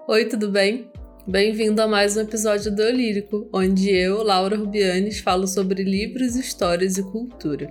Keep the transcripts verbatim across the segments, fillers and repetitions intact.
Oi, tudo bem? Bem-vindo a mais um episódio do Eu Lírico, onde eu, Laura Rubianes, falo sobre livros, histórias e cultura.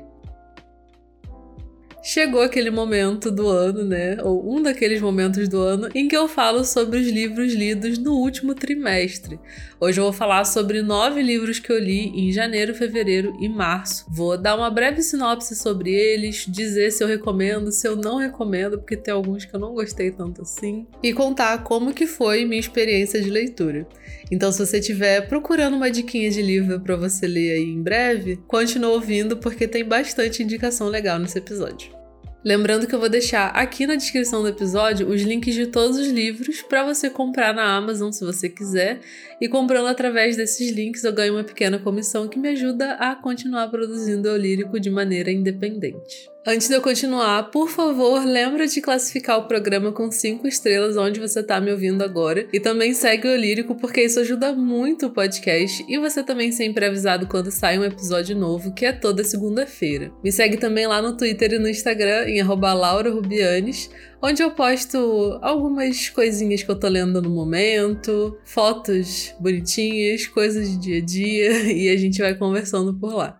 Chegou aquele momento do ano, né? Ou um daqueles momentos do ano em que eu falo sobre os livros lidos no último trimestre. Hoje eu vou falar sobre nove livros que eu li em janeiro, fevereiro e março. Vou dar uma breve sinopse sobre eles, dizer se eu recomendo, se eu não recomendo, porque tem alguns que eu não gostei tanto assim, e contar como que foi minha experiência de leitura. Então, se você estiver procurando uma diquinha de livro para você ler aí em breve, continue ouvindo porque tem bastante indicação legal nesse episódio. Lembrando que eu vou deixar aqui na descrição do episódio os links de todos os livros para você comprar na Amazon se você quiser, e comprando através desses links eu ganho uma pequena comissão que me ajuda a continuar produzindo Eu Lírico de maneira independente. Antes de eu continuar, por favor, lembra de classificar o programa com cinco estrelas onde você está me ouvindo agora, e também segue o Eu Lírico porque isso ajuda muito o podcast, e você também sempre é avisado quando sai um episódio novo, que é toda segunda-feira. Me segue também lá no Twitter e no Instagram em arroba Laura Rubianes, onde eu posto algumas coisinhas que eu tô lendo no momento, fotos bonitinhas, coisas de dia a dia, e a gente vai conversando por lá.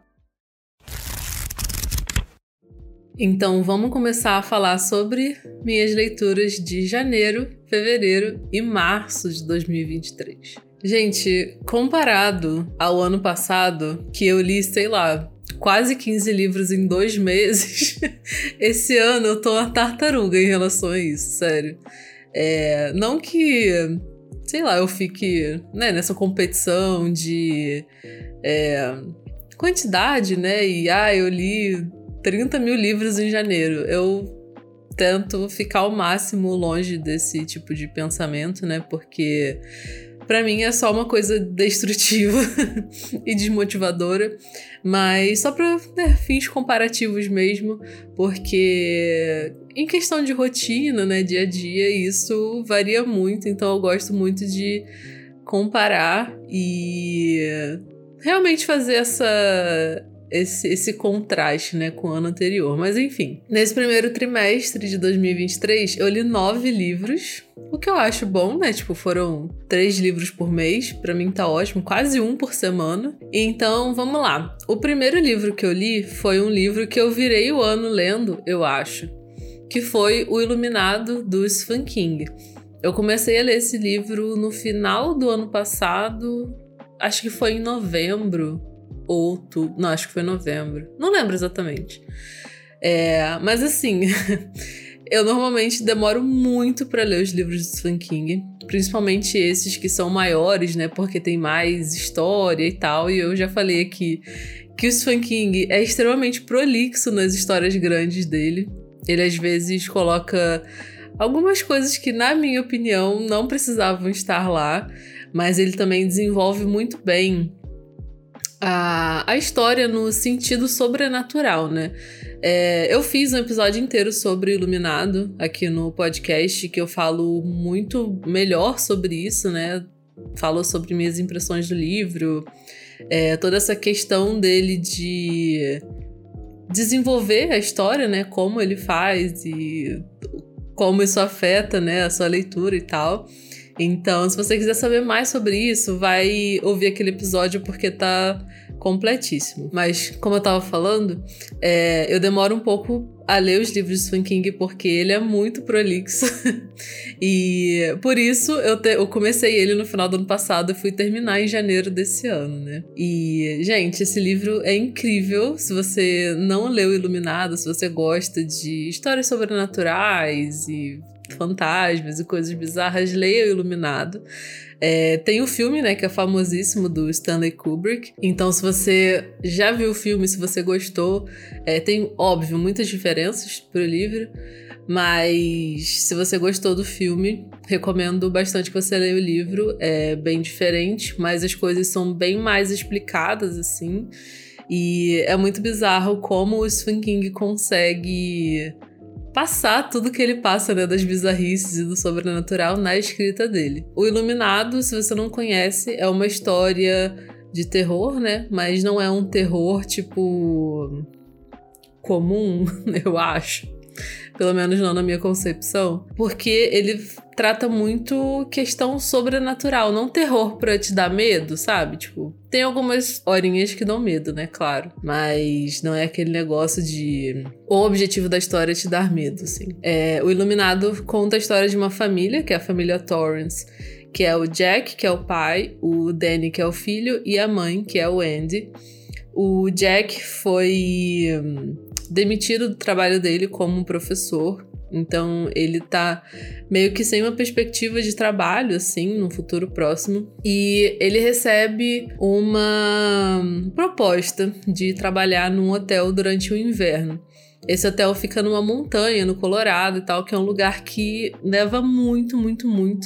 Então vamos começar a falar sobre minhas leituras de janeiro, fevereiro e março de dois mil e vinte e três. Gente, comparado ao ano passado, que eu li, sei lá, quase quinze livros em dois meses, esse ano eu tô uma tartaruga em relação a isso, sério. É, não que, sei lá, eu fique, né, nessa competição de é, quantidade, né, e ah, eu li trinta mil livros em janeiro. Eu tento ficar ao máximo longe desse tipo de pensamento, né? Porque pra mim é só uma coisa destrutiva e desmotivadora, mas só pra né, fins comparativos mesmo, porque em questão de rotina, né, dia a dia, isso varia muito, então eu gosto muito de comparar e realmente fazer essa... Esse, esse contraste, né, com o ano anterior. Mas enfim, nesse primeiro trimestre de dois mil e vinte e três, eu li nove livros, o que eu acho bom, né? Tipo, foram três livros por mês, pra mim tá ótimo, quase um por semana. Então, vamos lá. O primeiro livro que eu li foi um livro que eu virei o ano lendo, eu acho, que foi O Iluminado, do Stephen King. Eu comecei a ler esse livro no final do ano passado, acho que foi em novembro, outubro, não, acho que foi novembro, não lembro exatamente. É, mas assim, eu normalmente demoro muito para ler os livros de Stephen King, principalmente esses que são maiores, né, porque tem mais história e tal, e eu já falei aqui que o Stephen King é extremamente prolixo nas histórias grandes dele. Ele às vezes coloca algumas coisas que, na minha opinião, não precisavam estar lá, mas ele também desenvolve muito bem A, a história no sentido sobrenatural, né? É, eu fiz um episódio inteiro sobre Iluminado aqui no podcast, que eu falo muito melhor sobre isso, né? Falo sobre minhas impressões do livro, é, toda essa questão dele de desenvolver a história, né? Como ele faz e como isso afeta, né, a sua leitura e tal. Então, se você quiser saber mais sobre isso, vai ouvir aquele episódio porque tá completíssimo. Mas, como eu tava falando, é, eu demoro um pouco a ler os livros de Stephen King porque ele é muito prolixo. E por isso eu, te, eu comecei ele no final do ano passado e fui terminar em janeiro desse ano, né? E, gente, esse livro é incrível. Se você não leu Iluminado, se você gosta de histórias sobrenaturais e fantasmas e coisas bizarras, leia o Iluminado. É, tem o filme, né, que é famosíssimo, do Stanley Kubrick. Então, se você já viu o filme, se você gostou, é, tem, óbvio, muitas diferenças pro livro, mas se você gostou do filme, recomendo bastante que você leia o livro. É bem diferente, mas as coisas são bem mais explicadas, assim, e é muito bizarro como o Stephen King consegue passar tudo que ele passa, né, das bizarrices e do sobrenatural na escrita dele. O Iluminado, se você não conhece, é uma história de terror, né, mas não é um terror, tipo, comum, eu acho. pelo menos não na minha concepção, porque ele trata muito questão sobrenatural, não terror pra te dar medo, sabe? Tipo, tem algumas horinhas que dão medo, né? Claro. Mas não é aquele negócio de... O objetivo da história é te dar medo, assim. É, o Iluminado conta a história de uma família, que é a família Torrance, que é o Jack, que é o pai, o Danny, que é o filho, e a mãe, que é o Andy. O Jack foi hum, demitido do trabalho dele como professor. Então, ele tá meio que sem uma perspectiva de trabalho, assim, no futuro próximo. E ele recebe uma proposta de trabalhar num hotel durante o inverno. Esse hotel fica numa montanha, no Colorado e tal, que é um lugar que neva muito, muito, muito.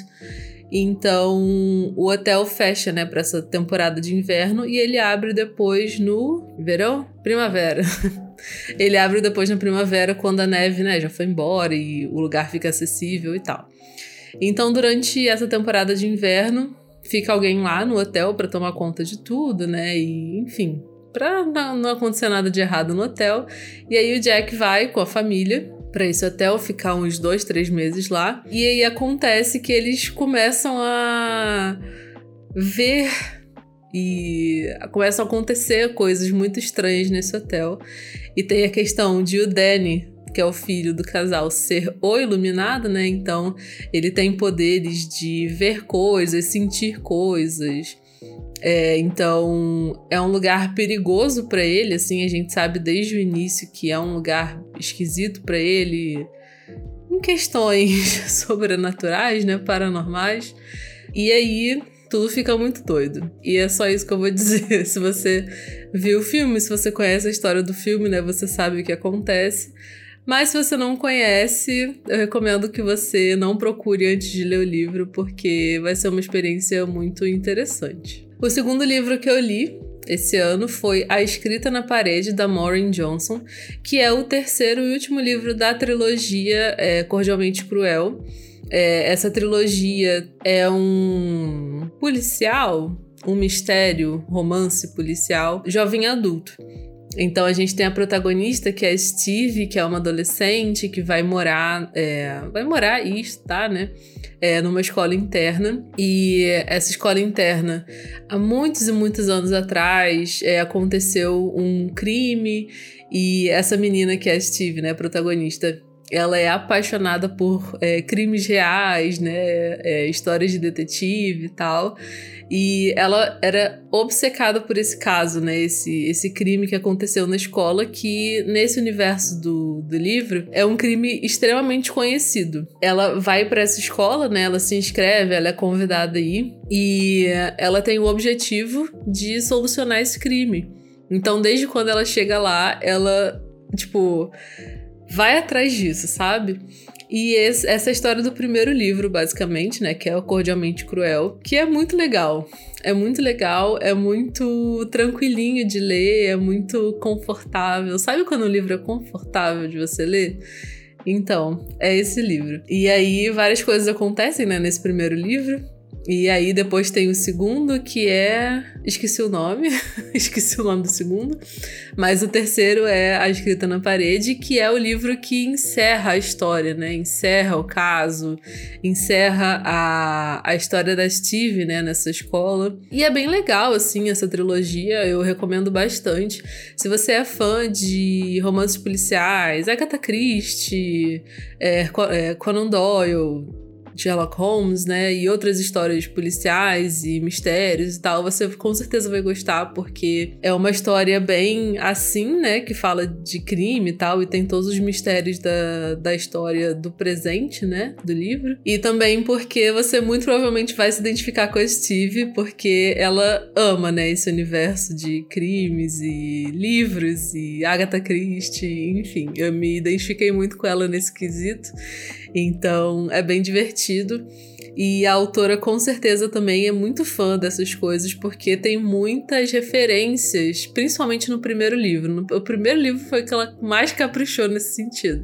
Então, o hotel fecha, né, pra essa temporada de inverno e ele abre depois no verão? Primavera. Ele abre depois na primavera, quando a neve, né, já foi embora e o lugar fica acessível e tal. Então, durante essa temporada de inverno, fica alguém lá no hotel pra tomar conta de tudo, né, e enfim, pra não, não acontecer nada de errado no hotel. E aí o Jack vai com a família pra esse hotel, ficar uns dois, três meses lá. E aí acontece que eles começam a ver e começam a acontecer coisas muito estranhas nesse hotel. E tem a questão de o Danny, que é o filho do casal, ser o iluminado, né? Então ele tem poderes de ver coisas, sentir coisas. É, então é um lugar perigoso pra ele, assim, a gente sabe desde o início que é um lugar esquisito pra ele em questões sobrenaturais, né, paranormais. E aí tudo fica muito doido. E é só isso que eu vou dizer. Se você viu o filme, se você conhece a história do filme, né, você sabe o que acontece. Mas se você não conhece, eu recomendo que você não procure antes de ler o livro, porque vai ser uma experiência muito interessante. O segundo livro que eu li esse ano foi A Escrita na Parede, da Maureen Johnson, que é o terceiro e último livro da trilogia é, Cordialmente Cruel. É, essa trilogia é um policial, um mistério, romance policial, jovem adulto. Então a gente tem a protagonista, que é a Steve, que é uma adolescente que vai morar, é, vai morar e estudar, né? É, numa escola interna. E essa escola interna, há muitos e muitos anos atrás, é, aconteceu um crime. E essa menina, que é a Steve, né, a protagonista, ela é apaixonada por é, crimes reais, né, é, histórias de detetive e tal. E ela era obcecada por esse caso, né, esse, esse crime que aconteceu na escola, que nesse universo do, do livro é um crime extremamente conhecido. Ela vai para essa escola, né, ela se inscreve, ela é convidada aí, e ela tem o objetivo de solucionar esse crime. Então, desde quando ela chega lá, ela, tipo, vai atrás disso, sabe? E esse, essa é a história do primeiro livro, basicamente, né? Que é o Cordialmente Cruel, que é muito legal. É muito legal, é muito tranquilinho de ler, é muito confortável. Sabe quando um livro é confortável de você ler? Então, é esse livro. E aí, várias coisas acontecem, né, nesse primeiro livro. E aí depois tem o segundo, que é... Esqueci o nome. Esqueci o nome do segundo. Mas o terceiro é A Escrita na Parede, que é o livro que encerra a história, né? Encerra o caso, encerra a, a história da Steve, né? Nessa escola. E é bem legal, assim, essa trilogia. Eu recomendo bastante. Se você é fã de romances policiais, Agatha Christie, é, é, Conan Doyle, Sherlock Holmes, né, e outras histórias policiais e mistérios e tal, você com certeza vai gostar, porque é uma história bem assim, né, que fala de crime e tal, e tem todos os mistérios da, da história do presente, né, do livro. E também porque você muito provavelmente vai se identificar com a Steve, porque ela ama, né, esse universo de crimes e livros e Agatha Christie, enfim, eu me identifiquei muito com ela nesse quesito. Então é bem divertido, e a autora com certeza também é muito fã dessas coisas, porque tem muitas referências, principalmente no primeiro livro. O primeiro livro foi que ela mais caprichou nesse sentido.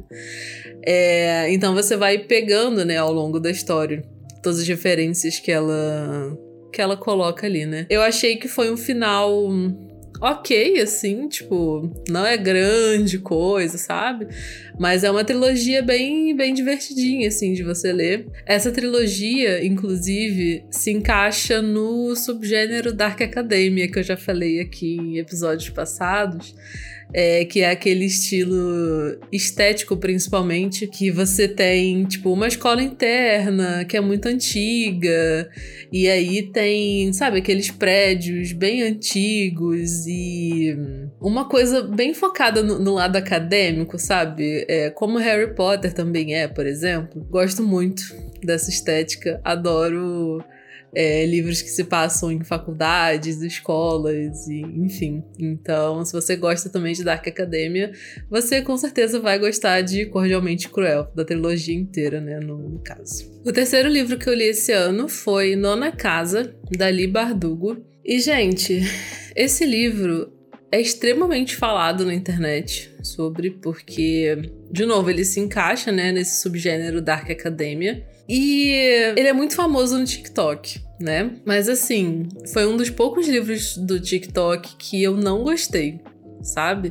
É, então você vai pegando, né, ao longo da história todas as referências que ela, que ela coloca ali, né. Eu achei que foi um final ok, assim, tipo, não é grande coisa, sabe? Mas é uma trilogia bem, bem divertidinha, assim, de você ler. Essa trilogia, inclusive, se encaixa no subgênero Dark Academia, que eu já falei aqui em episódios passados. É, que é aquele estilo estético, principalmente, que você tem, tipo, uma escola interna que é muito antiga, e aí tem, sabe, aqueles prédios bem antigos e uma coisa bem focada no, no lado acadêmico, sabe? É, como Harry Potter também é, por exemplo. Gosto muito dessa estética, adoro... É, livros que se passam em faculdades, escolas, e, enfim. Então, se você gosta também de Dark Academia, você com certeza vai gostar de Cordialmente Cruel, da trilogia inteira, né, no, no caso. O terceiro livro que eu li esse ano foi Nona Casa, da Leigh Bardugo. E, gente, esse livro é extremamente falado na internet sobre, porque, de novo, ele se encaixa, né, nesse subgênero Dark Academia. E ele é muito famoso no TikTok, né? Mas assim, foi um dos poucos livros do TikTok que eu não gostei, sabe?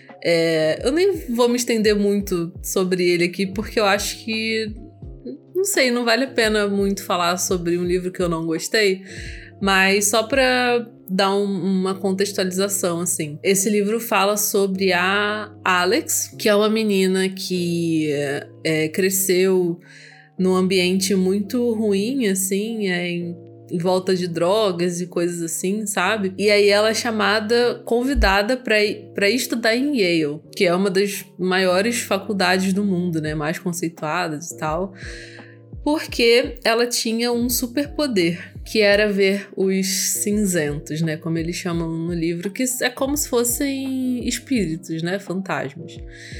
É, eu nem vou me estender muito sobre ele aqui, porque eu acho que... Não sei, não vale a pena muito falar sobre um livro que eu não gostei. Mas só pra dar um, uma contextualização, assim. Esse livro fala sobre a Alex, que é uma menina que é, cresceu... num ambiente muito ruim, assim, é, em, em volta de drogas e coisas assim, sabe? E aí ela é chamada, convidada para estudar em Yale, que é uma das maiores faculdades do mundo, né? Mais conceituadas e tal. Porque ela tinha um superpoder, que era ver os cinzentos, né? Como eles chamam no livro, que é como se fossem espíritos, né? Fantasmas.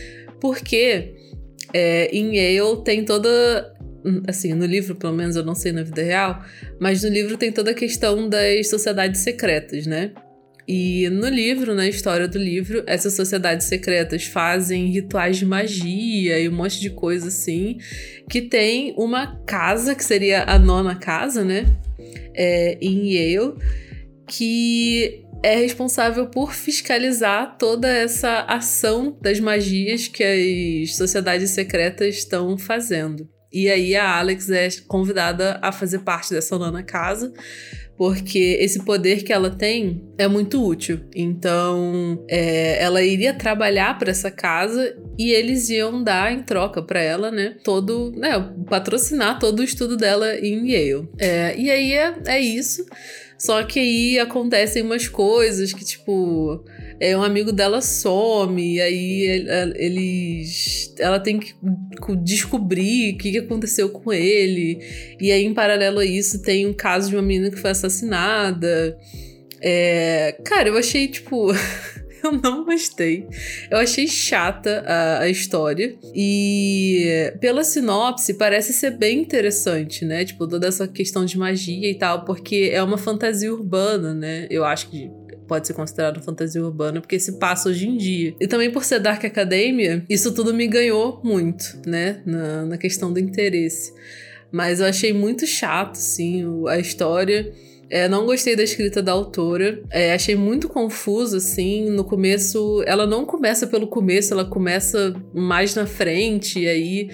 Porque é, em Yale tem toda... Assim, no livro, pelo menos, eu não sei na vida real, mas no livro tem toda a questão das sociedades secretas, né? E no livro, na história do livro, essas sociedades secretas fazem rituais de magia e um monte de coisa assim, que tem uma casa, que seria a nona casa, né? É, em Yale, que é responsável por fiscalizar toda essa ação das magias que as sociedades secretas estão fazendo. E aí a Alex é convidada a fazer parte dessa nona casa, porque esse poder que ela tem é muito útil. Então, é, ela iria trabalhar para essa casa e eles iam dar em troca para ela, né, todo, né, patrocinar todo o estudo dela em Yale. É, e aí é, é isso. Só que aí acontecem umas coisas que, tipo, é, um amigo dela some, e aí eles, ela tem que descobrir o que aconteceu com ele. E aí, em paralelo a isso, tem um caso de uma menina que foi assassinada. É, cara, eu achei, tipo... Eu não gostei. Eu achei chata a, a história. E pela sinopse, parece ser bem interessante, né? Tipo, toda essa questão de magia e tal, porque é uma fantasia urbana, né? Eu acho que pode ser considerado fantasia urbana, porque se passa hoje em dia. E também por ser Dark Academia, isso tudo me ganhou muito, né? Na, na questão do interesse. Mas eu achei muito chato, assim, a história... É, não gostei da escrita da autora, é, achei muito confuso, assim, no começo, ela não começa pelo começo, ela começa mais na frente, e aí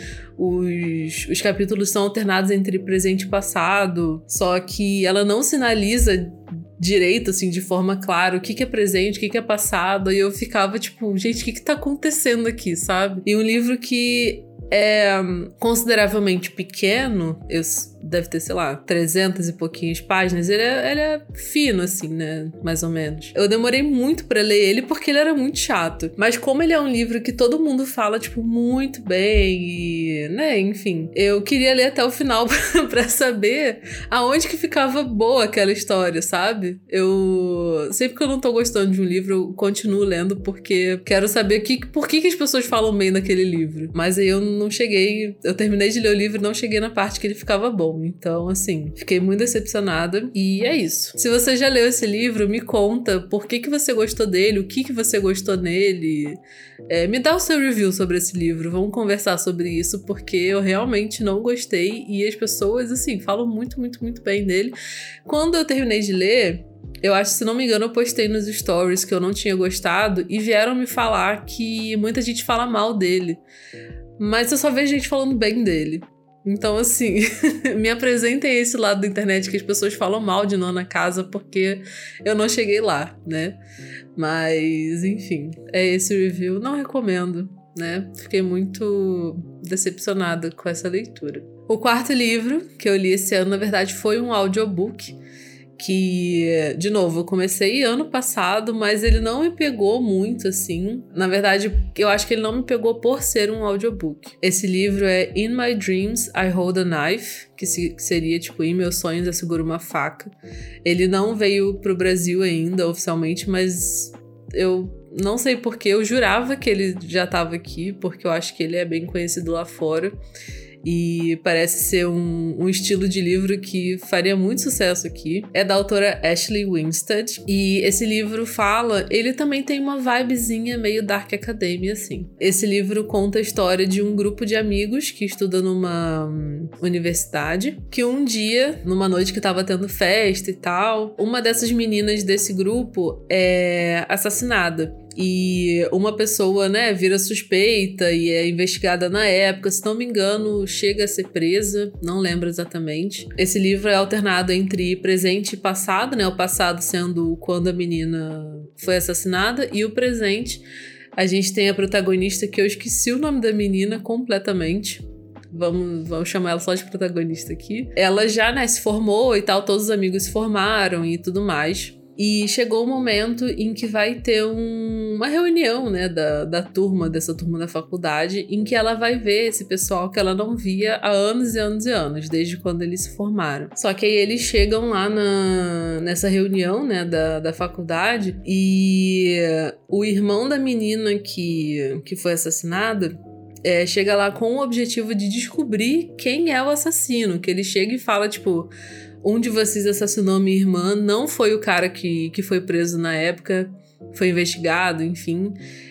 os, os capítulos são alternados entre presente e passado, só que ela não sinaliza direito, assim, de forma clara, o que que é presente, o que que é passado, e eu ficava tipo, gente, o que que tá acontecendo aqui, sabe? E um livro que é consideravelmente pequeno, eu, deve ter, sei lá, trezentas e pouquinhas páginas, ele é, ele é fino, assim, né, mais ou menos. Eu demorei muito pra ler ele porque ele era muito chato, mas como ele é um livro que todo mundo fala, tipo, muito bem e, né, enfim, eu queria ler até o final pra saber aonde que ficava boa aquela história, sabe? Eu, sempre que eu não tô gostando de um livro, eu continuo lendo porque quero saber que, por que que as pessoas falam bem daquele livro, mas aí eu não cheguei, eu terminei de ler o livro e não cheguei na parte que ele ficava bom. Então, assim, fiquei muito decepcionada e é isso. Se você já leu esse livro, me conta por que que você gostou dele, o que que você gostou nele. É, me dá o seu review sobre esse livro, vamos conversar sobre isso, porque eu realmente não gostei e as pessoas, assim, falam muito, muito, muito bem dele. Quando eu terminei de ler, Eu acho, se não me engano, eu postei nos stories que eu não tinha gostado e vieram me falar que muita gente fala mal dele. Mas eu só vejo gente falando bem dele. Então, assim, me apresentem esse lado da internet que as pessoas falam mal de Nona Casa porque eu não cheguei lá, né? Mas, enfim, é esse review. Não recomendo, né? Fiquei muito decepcionada com essa leitura. O quarto livro que eu li esse ano, na verdade, foi um audiobook. Que, de novo, eu comecei ano passado, mas ele não me pegou muito, assim. Na verdade, eu acho que ele não me pegou por ser um audiobook. Esse livro é In My Dreams, I Hold a Knife, que, se, que seria, tipo, Em Meus Sonhos, Eu Seguro uma Faca. Ele não veio pro Brasil ainda, oficialmente, mas eu não sei porquê. Eu jurava que ele já estava aqui, porque eu acho que ele é bem conhecido lá fora. E parece ser um, um estilo de livro que faria muito sucesso aqui. É da autora Ashley Winstead. E esse livro fala... Ele também tem uma vibezinha meio Dark Academia, assim. Esse livro conta a história de um grupo de amigos que estuda numa um, universidade. Que um dia, numa noite que tava tendo festa e tal, uma dessas meninas desse grupo é assassinada. E uma pessoa, né, vira suspeita e é investigada na época. Se não me engano, chega a ser presa, não lembro exatamente. Esse livro é alternado entre presente e passado, né? O passado sendo quando a menina foi assassinada e o presente. A gente tem a protagonista que eu esqueci o nome da menina completamente. Vamos, vamos chamar ela só de protagonista aqui. Ela já, né, se formou e tal, todos os amigos se formaram e tudo mais. E chegou o momento em que vai ter um, uma reunião, né, da, da turma, dessa turma da faculdade, em que ela vai ver esse pessoal que ela não via há anos e anos e anos, desde quando eles se formaram. Só que aí eles chegam lá na, nessa reunião, né, da, da faculdade, e o irmão da menina que, que foi assassinada é, chega lá com o objetivo de descobrir quem é o assassino, que ele chega e fala, tipo... Um de vocês assassinou minha irmã, não foi o cara que, que foi preso na época, foi investigado, enfim.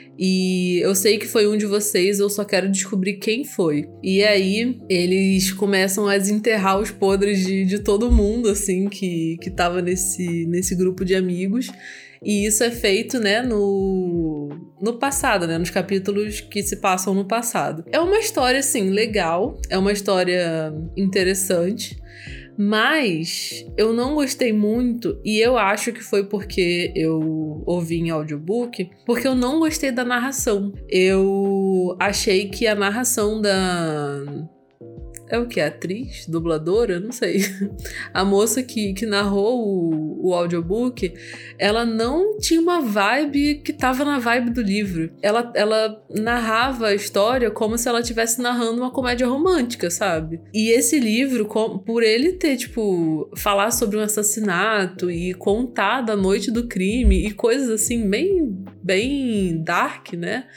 E eu sei que foi um de vocês, eu só quero descobrir quem foi. E aí, eles começam a desenterrar os podres de, de todo mundo, assim, que, que tava nesse, nesse grupo de amigos. E isso é feito, né, no, no passado, né, nos capítulos que se passam no passado. É uma história, assim, legal, é uma história interessante. Mas eu não gostei muito, e eu acho que foi porque eu ouvi em audiobook, porque eu não gostei da narração. Eu achei que a narração da... É o que? Atriz? Dubladora? Não sei. A moça que, que narrou o, o audiobook, ela não tinha uma vibe que tava na vibe do livro. Ela, ela narrava a história como se ela estivesse narrando uma comédia romântica, sabe? E esse livro, com, por ele ter, tipo, falar sobre um assassinato e contar da noite do crime e coisas assim, bem, bem dark, né?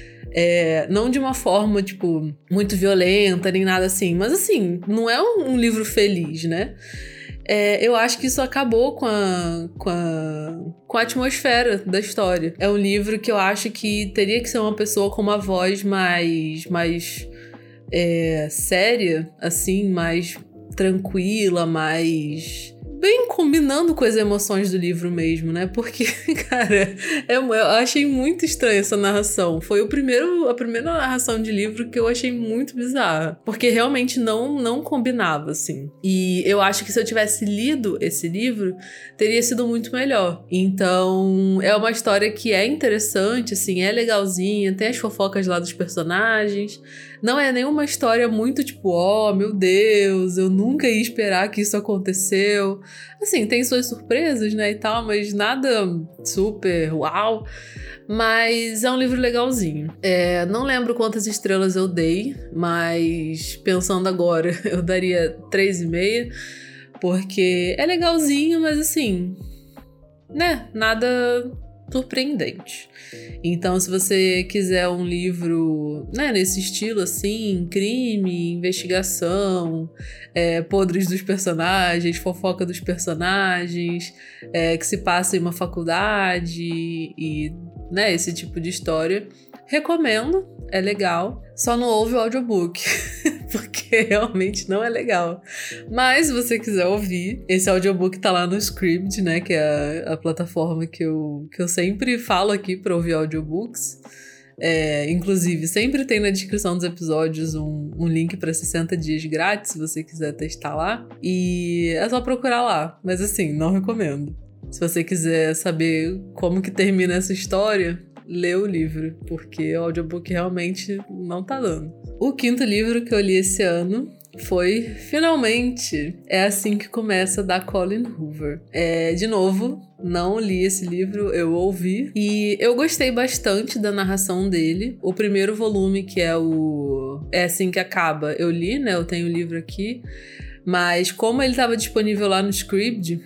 É, não de uma forma, tipo, muito violenta, nem nada assim. Mas, assim, não é um, um livro feliz, né? É, eu acho que isso acabou com a, com, a, com a atmosfera da história. É um livro que eu acho que teria que ser uma pessoa com uma voz mais, mais é, séria, assim, mais tranquila, mais... bem combinando com as emoções do livro mesmo, né? Porque, cara, é, eu achei muito estranha essa narração. Foi o primeiro, a primeira narração de livro que eu achei muito bizarra. Porque realmente não, não combinava, assim. E eu acho que se eu tivesse lido esse livro, teria sido muito melhor. Então, é uma história que é interessante, assim, é legalzinha, tem as fofocas lá dos personagens. Não é nenhuma história muito tipo, ó, oh, meu Deus, eu nunca ia esperar que isso aconteceu. Assim, tem suas surpresas, né, e tal, mas nada super uau. Mas é um livro legalzinho. É, não lembro quantas estrelas eu dei, mas pensando agora, eu daria três e meia, porque é legalzinho, mas assim, né, nada surpreendente. Então, se você quiser um livro, né, nesse estilo assim, crime, investigação, é, podres dos personagens, fofoca dos personagens, é, que se passa em uma faculdade e, né, esse tipo de história, Recomendo, é legal, só não ouve o audiobook, porque realmente não é legal. Mas se você quiser ouvir, esse audiobook tá lá no Scribd, né, que é a, a plataforma que eu, que eu sempre falo aqui pra ouvir audiobooks. É, inclusive, sempre tem na descrição dos episódios um, um link para sessenta dias grátis, se você quiser testar lá. E é só procurar lá, mas assim, não recomendo. Se você quiser saber como que termina essa história, lê o livro, porque o audiobook realmente não tá dando. O quinto livro que eu li esse ano foi, finalmente, É Assim Que Começa, da Colleen Hoover. É, de novo, não li esse livro, eu ouvi. E eu gostei bastante da narração dele. O primeiro volume, que é o É Assim Que Acaba, eu li, né? Eu tenho o livro aqui. Mas como ele estava disponível lá no Scribd,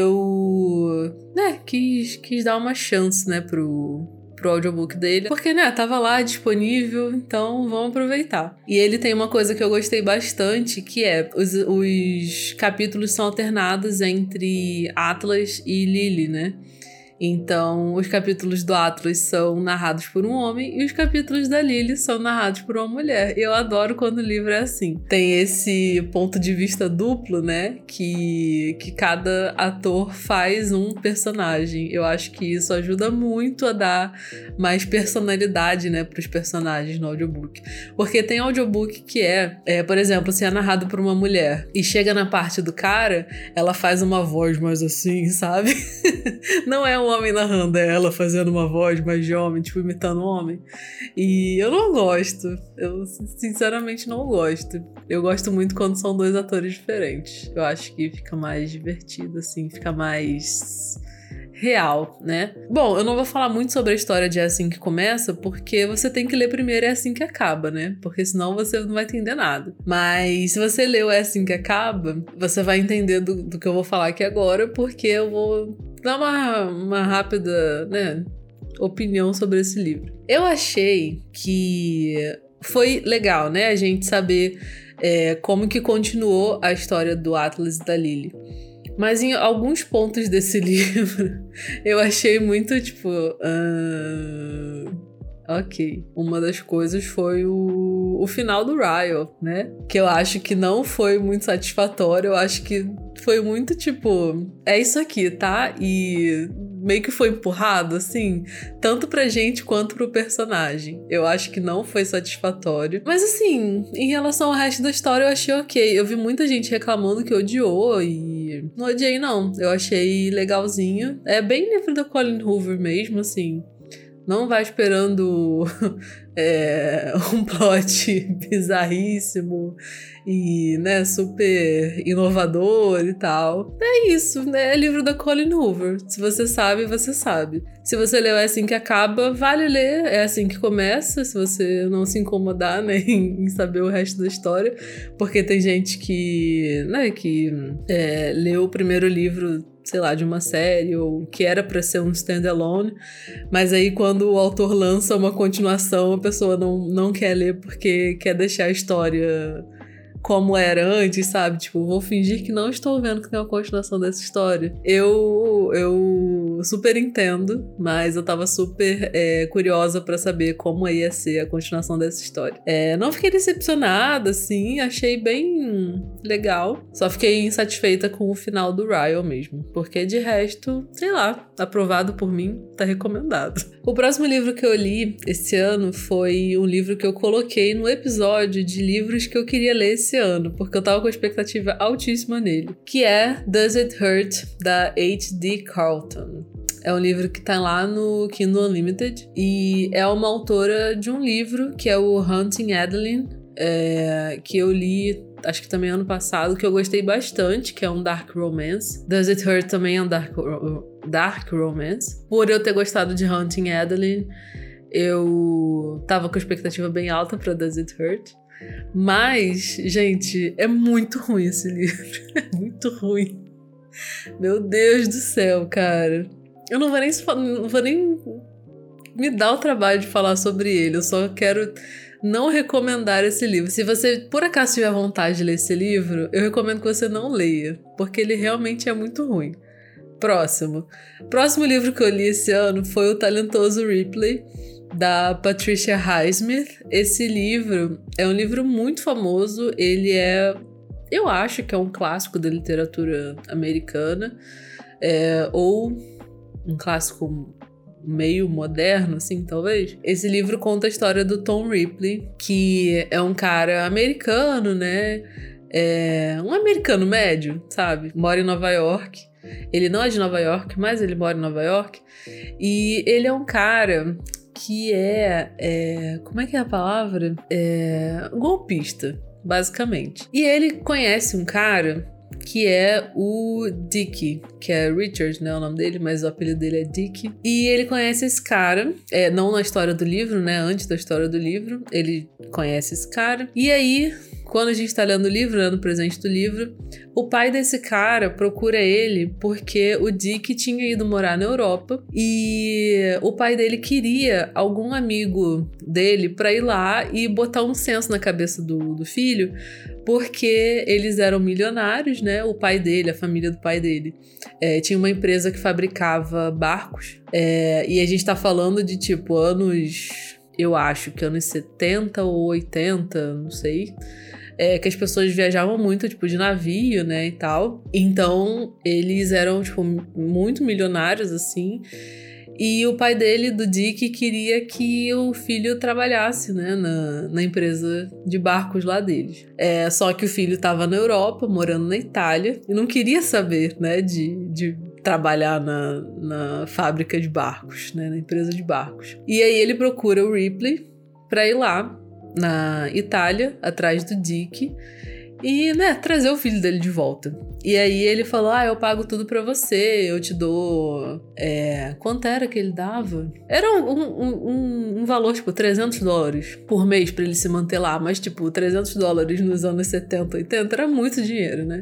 eu né, quis, quis dar uma chance, né, pro... pro audiobook dele, porque, né, tava lá disponível, então vamos aproveitar. E ele tem uma coisa que eu gostei bastante, que é, os, os capítulos são alternados entre Atlas e Lily, né? Então, os capítulos do Atlas são narrados por um homem e os capítulos da Lily são narrados por uma mulher. Eu adoro quando o livro é assim. Tem esse ponto de vista duplo, né? Que, que cada ator faz um personagem. Eu acho que isso ajuda muito a dar mais personalidade, né, pros personagens no audiobook. Porque tem audiobook que é, é, por exemplo, se é narrado por uma mulher e chega na parte do cara, ela faz uma voz mais assim, sabe? Não é um homem narrando, é ela fazendo uma voz mais de homem, tipo, imitando um homem. E eu não gosto. Eu, sinceramente, não gosto. Eu gosto muito quando são dois atores diferentes. Eu acho que fica mais divertido, assim, fica mais real, né? Bom, eu não vou falar muito sobre a história de É Assim Que Começa, porque você tem que ler primeiro É Assim Que Acaba, né? Porque senão você não vai entender nada. Mas se você leu É Assim Que Acaba, você vai entender do, do que eu vou falar aqui agora, porque eu vou dar uma, uma rápida, né, opinião sobre esse livro. Eu achei que foi legal, né, a gente saber é, como que continuou a história do Atlas e da Lily. Mas em alguns pontos desse livro, eu achei muito, tipo... Uh, ok. Uma das coisas foi o, o final do Ryle, né? Que eu acho que não foi muito satisfatório. Eu acho que foi muito, tipo... É isso aqui, tá? E meio que foi empurrado, assim, tanto pra gente quanto pro personagem. Eu acho que não foi satisfatório. Mas, assim, em relação ao resto da história, eu achei ok. Eu vi muita gente reclamando que odiou e... Não odiei, não. Eu achei legalzinho. É bem livro da Colleen Hoover mesmo, assim. Não vai esperando é, um plot bizarríssimo e, né, super inovador e tal. É isso, né? É livro da Colleen Hoover. Se você sabe, você sabe. Se você leu É Assim Que Acaba, vale ler. É Assim Que Começa, se você não se incomodar, né, em, em saber o resto da história. Porque tem gente que, né, que é, leu o primeiro livro, sei lá, de uma série, ou que era pra ser um standalone, mas aí quando o autor lança uma continuação, a pessoa não, não quer ler porque quer deixar a história como era antes, sabe? Tipo, vou fingir que não estou vendo que tem uma continuação dessa história. Eu, eu super entendo, mas eu tava super é, curiosa pra saber como ia ser a continuação dessa história. É, não fiquei decepcionada, assim, achei bem legal. Só fiquei insatisfeita com o final do Ryle mesmo, porque de resto, sei lá, aprovado por mim, tá recomendado. O próximo livro que eu li esse ano foi um livro que eu coloquei no episódio de livros que eu queria ler esse ano, porque eu tava com expectativa altíssima nele, que é Does It Hurt, da H D Carlton. É um livro que tá lá no Kindle Unlimited e é uma autora de um livro que é o Hunting Adeline, é, que eu li, acho que também ano passado, que eu gostei bastante, que é um dark romance. Does It Hurt também é um dark, dark romance. Por eu ter gostado de Hunting Adeline, eu tava com expectativa bem alta pra Does It Hurt. Mas, gente, é muito ruim esse livro. É muito ruim. Meu Deus do céu, cara. Eu não vou nem, não vou nem me dar o trabalho de falar sobre ele. Eu só quero não recomendar esse livro. Se você, por acaso, tiver vontade de ler esse livro, eu recomendo que você não leia, porque ele realmente é muito ruim. próximo. Próximo livro que eu li esse ano foi O Talentoso Ripley, da Patricia Highsmith. Esse livro é um livro muito famoso, ele é, eu acho que é um clássico da literatura americana, é, ou um clássico meio moderno, assim, talvez. Esse livro conta a história do Tom Ripley, que é um cara americano, né? É um americano médio, sabe? Mora em Nova York. Ele não é de Nova York, mas ele mora em Nova York. E ele é um cara que é... é como é que é a palavra? É, golpista, basicamente. E ele conhece um cara que é o Dick, que é Richard, né, o nome dele, mas o apelido dele é Dick. E ele conhece esse cara, é, não na história do livro, né, antes da história do livro, ele conhece esse cara. E aí, quando a gente tá lendo o livro, né, no presente do livro, o pai desse cara procura ele porque o Dick tinha ido morar na Europa e o pai dele queria algum amigo dele pra ir lá e botar um senso na cabeça do, do filho, porque eles eram milionários, né? O pai dele, a família do pai dele, é, tinha uma empresa que fabricava barcos, é, e a gente tá falando de, tipo, anos, eu acho que anos setenta ou oitenta, não sei, é, que as pessoas viajavam muito, tipo, de navio, né, e tal. Então, eles eram, tipo, muito milionários, assim. E o pai dele, do Dick, queria que o filho trabalhasse, né, na, na empresa de barcos lá deles. É, só que o filho estava na Europa, morando na Itália, e não queria saber, né, de, de trabalhar na, na fábrica de barcos, né, na empresa de barcos. E aí ele procura o Ripley para ir lá, na Itália, atrás do Dick, e, né, trazer o filho dele de volta. E aí ele falou, ah, eu pago tudo pra você, eu te dou... É, quanto era que ele dava? Era um, um, um, um valor, tipo, trezentos dólares por mês pra ele se manter lá. Mas, tipo, trezentos dólares nos anos setenta, oitenta era muito dinheiro, né?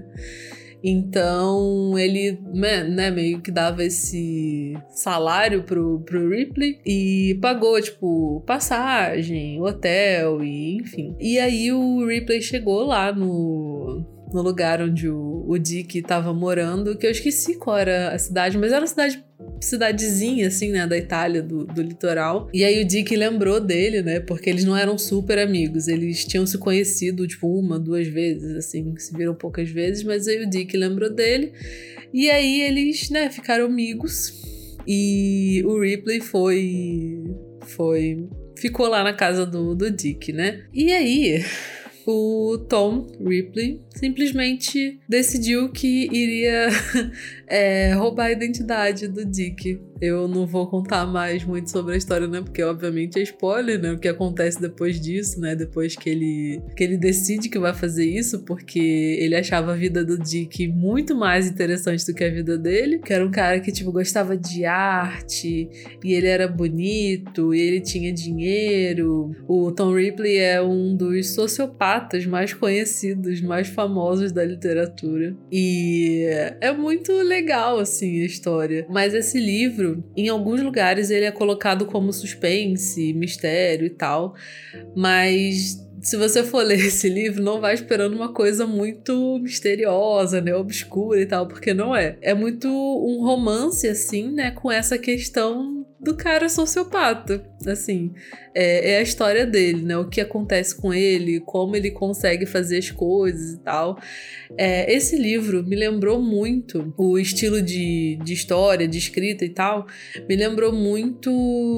Então, ele, né, meio que dava esse salário pro, pro Ripley e pagou, tipo, passagem, hotel e enfim. E aí o Ripley chegou lá no, no lugar onde o, o Dick tava morando, que eu esqueci qual era a cidade, mas era uma cidade... cidadezinha, assim, né, da Itália, do, do litoral. E aí o Dick lembrou dele, né, porque eles não eram super amigos, eles tinham se conhecido, tipo, uma, duas vezes, assim, se viram poucas vezes, mas aí o Dick lembrou dele, e aí eles, né, ficaram amigos, e o Ripley foi... foi... ficou lá na casa do, do Dick, né, e aí... o Tom Ripley simplesmente decidiu que iria é, roubar a identidade do Dick. Eu não vou contar mais muito sobre a história, né? Porque, obviamente, é spoiler, né? O que acontece depois disso, né? Depois que ele, que ele decide que vai fazer isso, porque ele achava a vida do Dick muito mais interessante do que a vida dele. Que era um cara que, tipo, gostava de arte, e ele era bonito, e ele tinha dinheiro. O Tom Ripley é um dos sociopatas mais conhecidos, mais famosos da literatura. E é muito legal, assim, a história. Mas esse livro, em alguns lugares, ele é colocado como suspense, mistério e tal. Mas se você for ler esse livro, não vai esperando uma coisa muito misteriosa, né, obscura e tal, porque não é. É muito um romance, assim, né, com essa questão do cara sociopata, assim, é, é a história dele, né, o que acontece com ele, como ele consegue fazer as coisas e tal. É, esse livro me lembrou muito, o estilo de, de história, de escrita e tal, me lembrou muito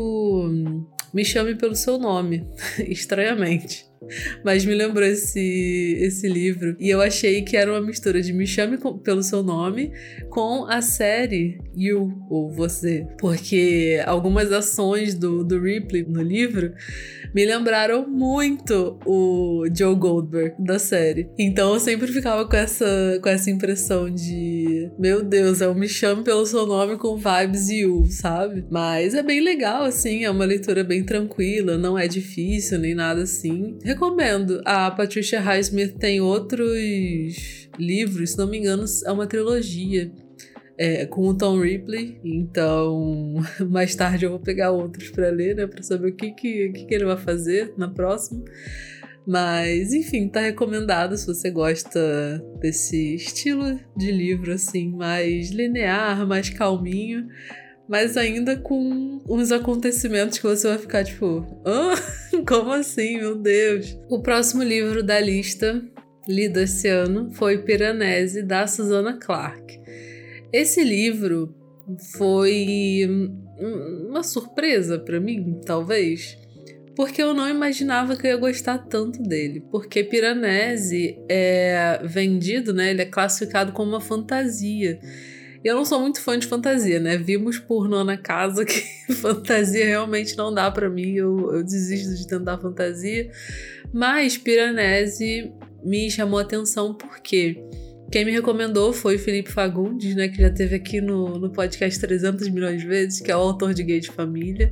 Me Chame Pelo Seu Nome, estranhamente. Mas me lembrou esse, esse livro. E eu achei que era uma mistura de Me Chame Pelo Seu Nome com a série You, ou Você. Porque algumas ações do, do Ripley no livro me lembraram muito o Joe Goldberg da série. Então eu sempre ficava com essa, com essa impressão de... Meu Deus, é um Me Chame Pelo Seu Nome com vibes You, sabe? Mas é bem legal, assim. É uma leitura bem tranquila. Não é difícil, nem nada assim. Recomendo. A Patricia Highsmith tem outros livros, se não me engano, é uma trilogia é, com o Tom Ripley. Então, mais tarde eu vou pegar outros pra ler, né? Pra saber o que, que, que, que ele vai fazer na próxima. Mas, enfim, tá recomendado se você gosta desse estilo de livro, assim, mais linear, mais calminho, mas ainda com uns acontecimentos que você vai ficar tipo, hã? Como assim, meu Deus? O próximo livro da lista, lido esse ano, foi Piranesi, da Susanna Clarke. Esse livro foi uma surpresa pra mim, talvez, porque eu não imaginava que eu ia gostar tanto dele. Porque Piranesi é vendido, né? Ele é classificado como uma fantasia. E eu não sou muito fã de fantasia, né? Vimos por Nona Casa que fantasia realmente não dá pra mim. Eu, eu desisto de tentar fantasia. Mas Piranesi me chamou a atenção porque quem me recomendou foi o Felipe Fagundes, né? Que já esteve aqui no, no podcast trezentos milhões de vezes, que é o autor de Gay de Família.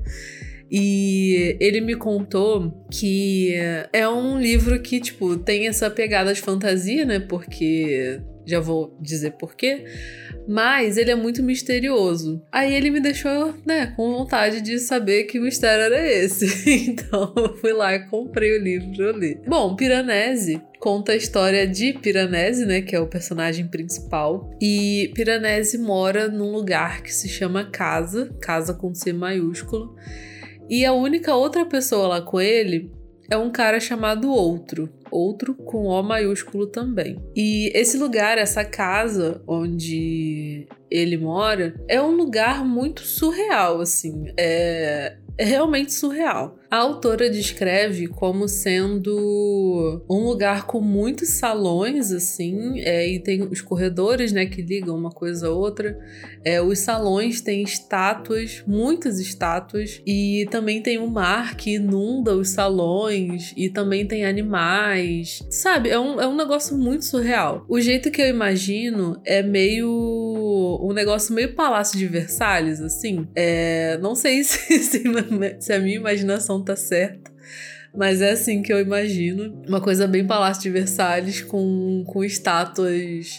E ele me contou que é um livro que, tipo, tem essa pegada de fantasia, né? Porque... já vou dizer por quê. Mas ele é muito misterioso. Aí ele me deixou, né, com vontade de saber que mistério era esse. Então eu fui lá e comprei o livro pra eu ler. Bom, Piranesi conta a história de Piranesi, né, que é o personagem principal. E Piranesi mora num lugar que se chama Casa, Casa com C maiúsculo. E a única outra pessoa lá com ele é um cara chamado Outro. Outro com O maiúsculo também. E esse lugar, essa casa onde ele mora, é um lugar muito surreal, assim. É, é realmente surreal. A autora descreve como sendo um lugar com muitos salões, assim, é, e tem os corredores, né, que ligam uma coisa a outra. É, os salões têm estátuas, muitas estátuas, e também tem um mar que inunda os salões, e também tem animais. Sabe, é um, é um negócio muito surreal. O jeito que eu imagino é meio... um negócio meio Palácio de Versalhes, assim. É, não sei se, se, se a minha imaginação tá certa, mas é assim que eu imagino. Uma coisa bem Palácio de Versalhes com, com estátuas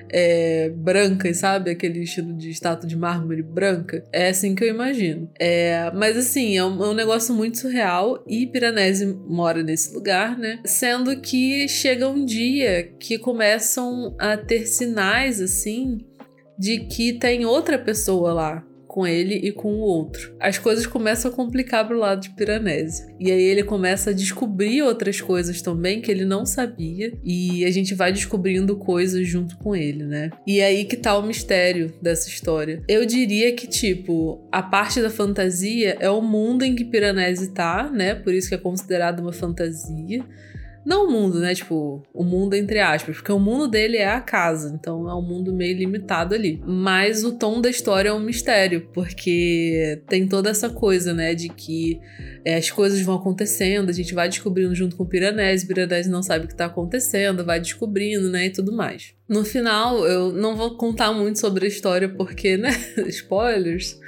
é, brancas, sabe? Aquele estilo de estátua de mármore branca. É assim que eu imagino. É, mas assim, é um, é um negócio muito surreal e Piranesi mora nesse lugar, né? Sendo que chega um dia que começam a ter sinais, assim, de que tem outra pessoa lá com ele e com o outro. As coisas começam a complicar pro lado de Piranesi. E aí ele começa a descobrir outras coisas também que ele não sabia. E a gente vai descobrindo coisas junto com ele, né? E aí que tá o mistério dessa história. Eu diria que, tipo, a parte da fantasia é o mundo em que Piranesi tá, né? Por isso que é considerado uma fantasia. Não o mundo, né? Tipo, o mundo entre aspas. Porque o mundo dele é a casa. Então é um mundo meio limitado ali. Mas o tom da história é um mistério. Porque tem toda essa coisa, né? De que é, as coisas vão acontecendo. A gente vai descobrindo junto com o Piranesi. Piranesi não sabe o que tá acontecendo. Vai descobrindo, né? E tudo mais. No final, eu não vou contar muito sobre a história. Porque, né? Spoilers.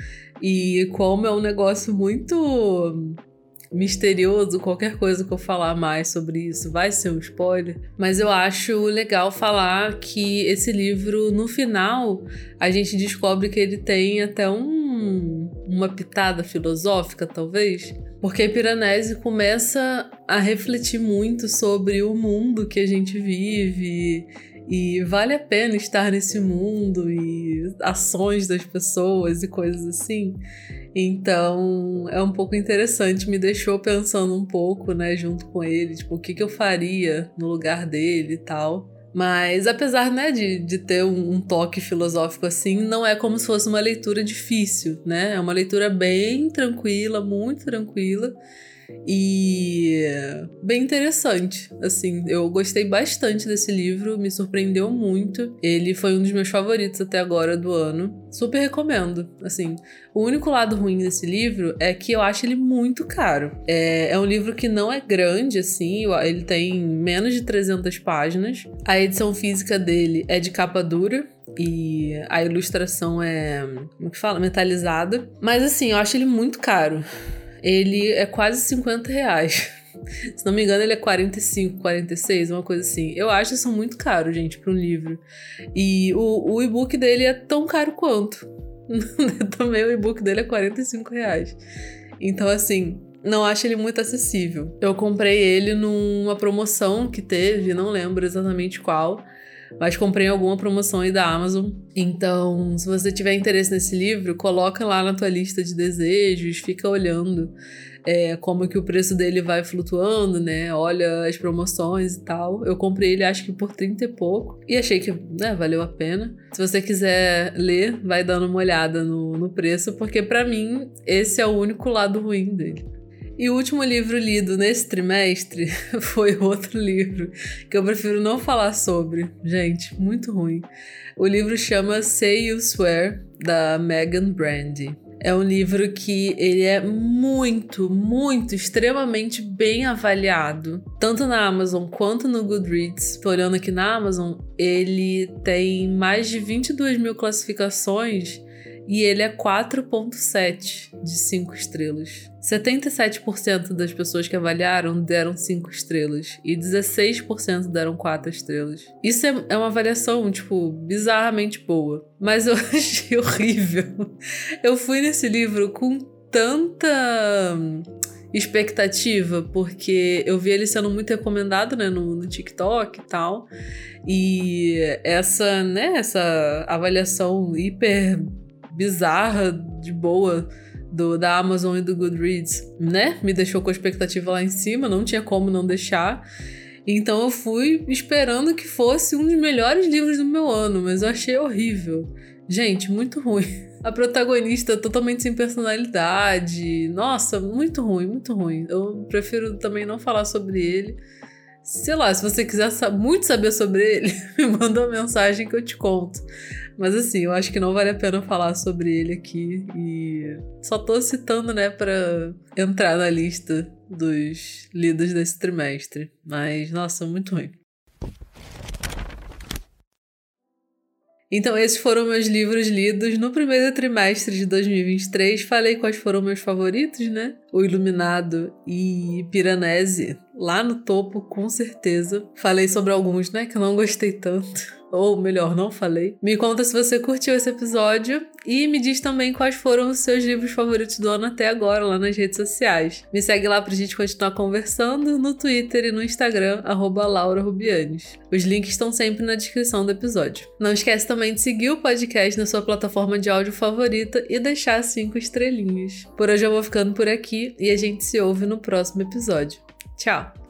E como é um negócio muito... misterioso, qualquer coisa que eu falar mais sobre isso vai ser um spoiler, mas eu acho legal falar que esse livro, no final, a gente descobre que ele tem até um, uma pitada filosófica, talvez, porque Piranesi começa a refletir muito sobre o mundo que a gente vive e vale a pena estar nesse mundo e ações das pessoas e coisas assim. Então, é um pouco interessante, me deixou pensando um pouco, né, junto com ele, tipo, o que, que eu faria no lugar dele e tal. Mas, apesar, né, de, de ter um, um toque filosófico assim, não é como se fosse uma leitura difícil, né? É uma leitura bem tranquila, muito tranquila. E bem interessante, assim, eu gostei bastante desse livro, me surpreendeu muito, ele foi um dos meus favoritos até agora do ano, super recomendo, assim, o único lado ruim desse livro é que eu acho ele muito caro, é, é um livro que não é grande, assim, ele tem menos de trezentas páginas, a edição física dele é de capa dura, e a ilustração é, como que fala? Metalizada, mas assim, eu acho ele muito caro. Ele é quase cinquenta reais. Se não me engano, ele é quarenta e cinco, quarenta e seis, uma coisa assim. Eu acho isso muito caro, gente, para um livro. E o, o e-book dele é tão caro quanto. Também o e-book dele é quarenta e cinco reais. Então, assim, não acho ele muito acessível. Eu comprei ele numa promoção que teve, não lembro exatamente qual, mas comprei em alguma promoção aí da Amazon. Então, se você tiver interesse nesse livro, coloca lá na tua lista de desejos, fica olhando é, como que o preço dele vai flutuando, né? Olha as promoções e tal. Eu comprei ele acho que por trinta e pouco e achei que, né, valeu a pena. Se você quiser ler, vai dando uma olhada no, no preço, porque pra mim esse é o único lado ruim dele. E o último livro lido nesse trimestre foi outro livro que eu prefiro não falar sobre. Gente, muito ruim. O livro chama Say You Swear, da Megan Brandy. É um livro que ele é muito, muito, extremamente bem avaliado. Tanto na Amazon quanto no Goodreads. Tô olhando aqui na Amazon, ele tem mais de vinte e duas mil classificações e ele é quatro ponto sete de cinco estrelas. setenta e sete por cento das pessoas que avaliaram deram cinco estrelas e dezesseis por cento deram quatro estrelas. Isso é, é uma avaliação, tipo, bizarramente boa. Mas eu achei horrível. Eu fui nesse livro com tanta expectativa, porque eu vi ele sendo muito recomendado, né, no, no TikTok e tal. E essa, né, essa avaliação hiper bizarra, de boa, do, da Amazon e do Goodreads, né? Me deixou com a expectativa lá em cima, não tinha como não deixar. Então eu fui esperando que fosse um dos melhores livros do meu ano, mas eu achei horrível. Gente, muito ruim. A protagonista totalmente sem personalidade. Nossa, muito ruim, muito ruim. Eu prefiro também não falar sobre ele. Sei lá, se você quiser muito saber sobre ele, me manda uma mensagem que eu te conto. Mas assim, eu acho que não vale a pena falar sobre ele aqui. E só tô citando, né, pra entrar na lista dos lidos desse trimestre. Mas, nossa, muito ruim. Então, esses foram meus livros lidos no primeiro trimestre de dois mil e vinte e três. Falei quais foram meus favoritos, né? O Iluminado e Piranesi, lá no topo, com certeza. Falei sobre alguns, né, que eu não gostei tanto. Ou melhor, não falei. Me conta se você curtiu esse episódio e me diz também quais foram os seus livros favoritos do ano até agora, lá nas redes sociais. Me segue lá pra gente continuar conversando no Twitter e no Instagram, arroba Laura Rubianes. Os links estão sempre na descrição do episódio. Não esquece também de seguir o podcast na sua plataforma de áudio favorita e deixar cinco estrelinhas. Por hoje eu vou ficando por aqui e a gente se ouve no próximo episódio. Tchau!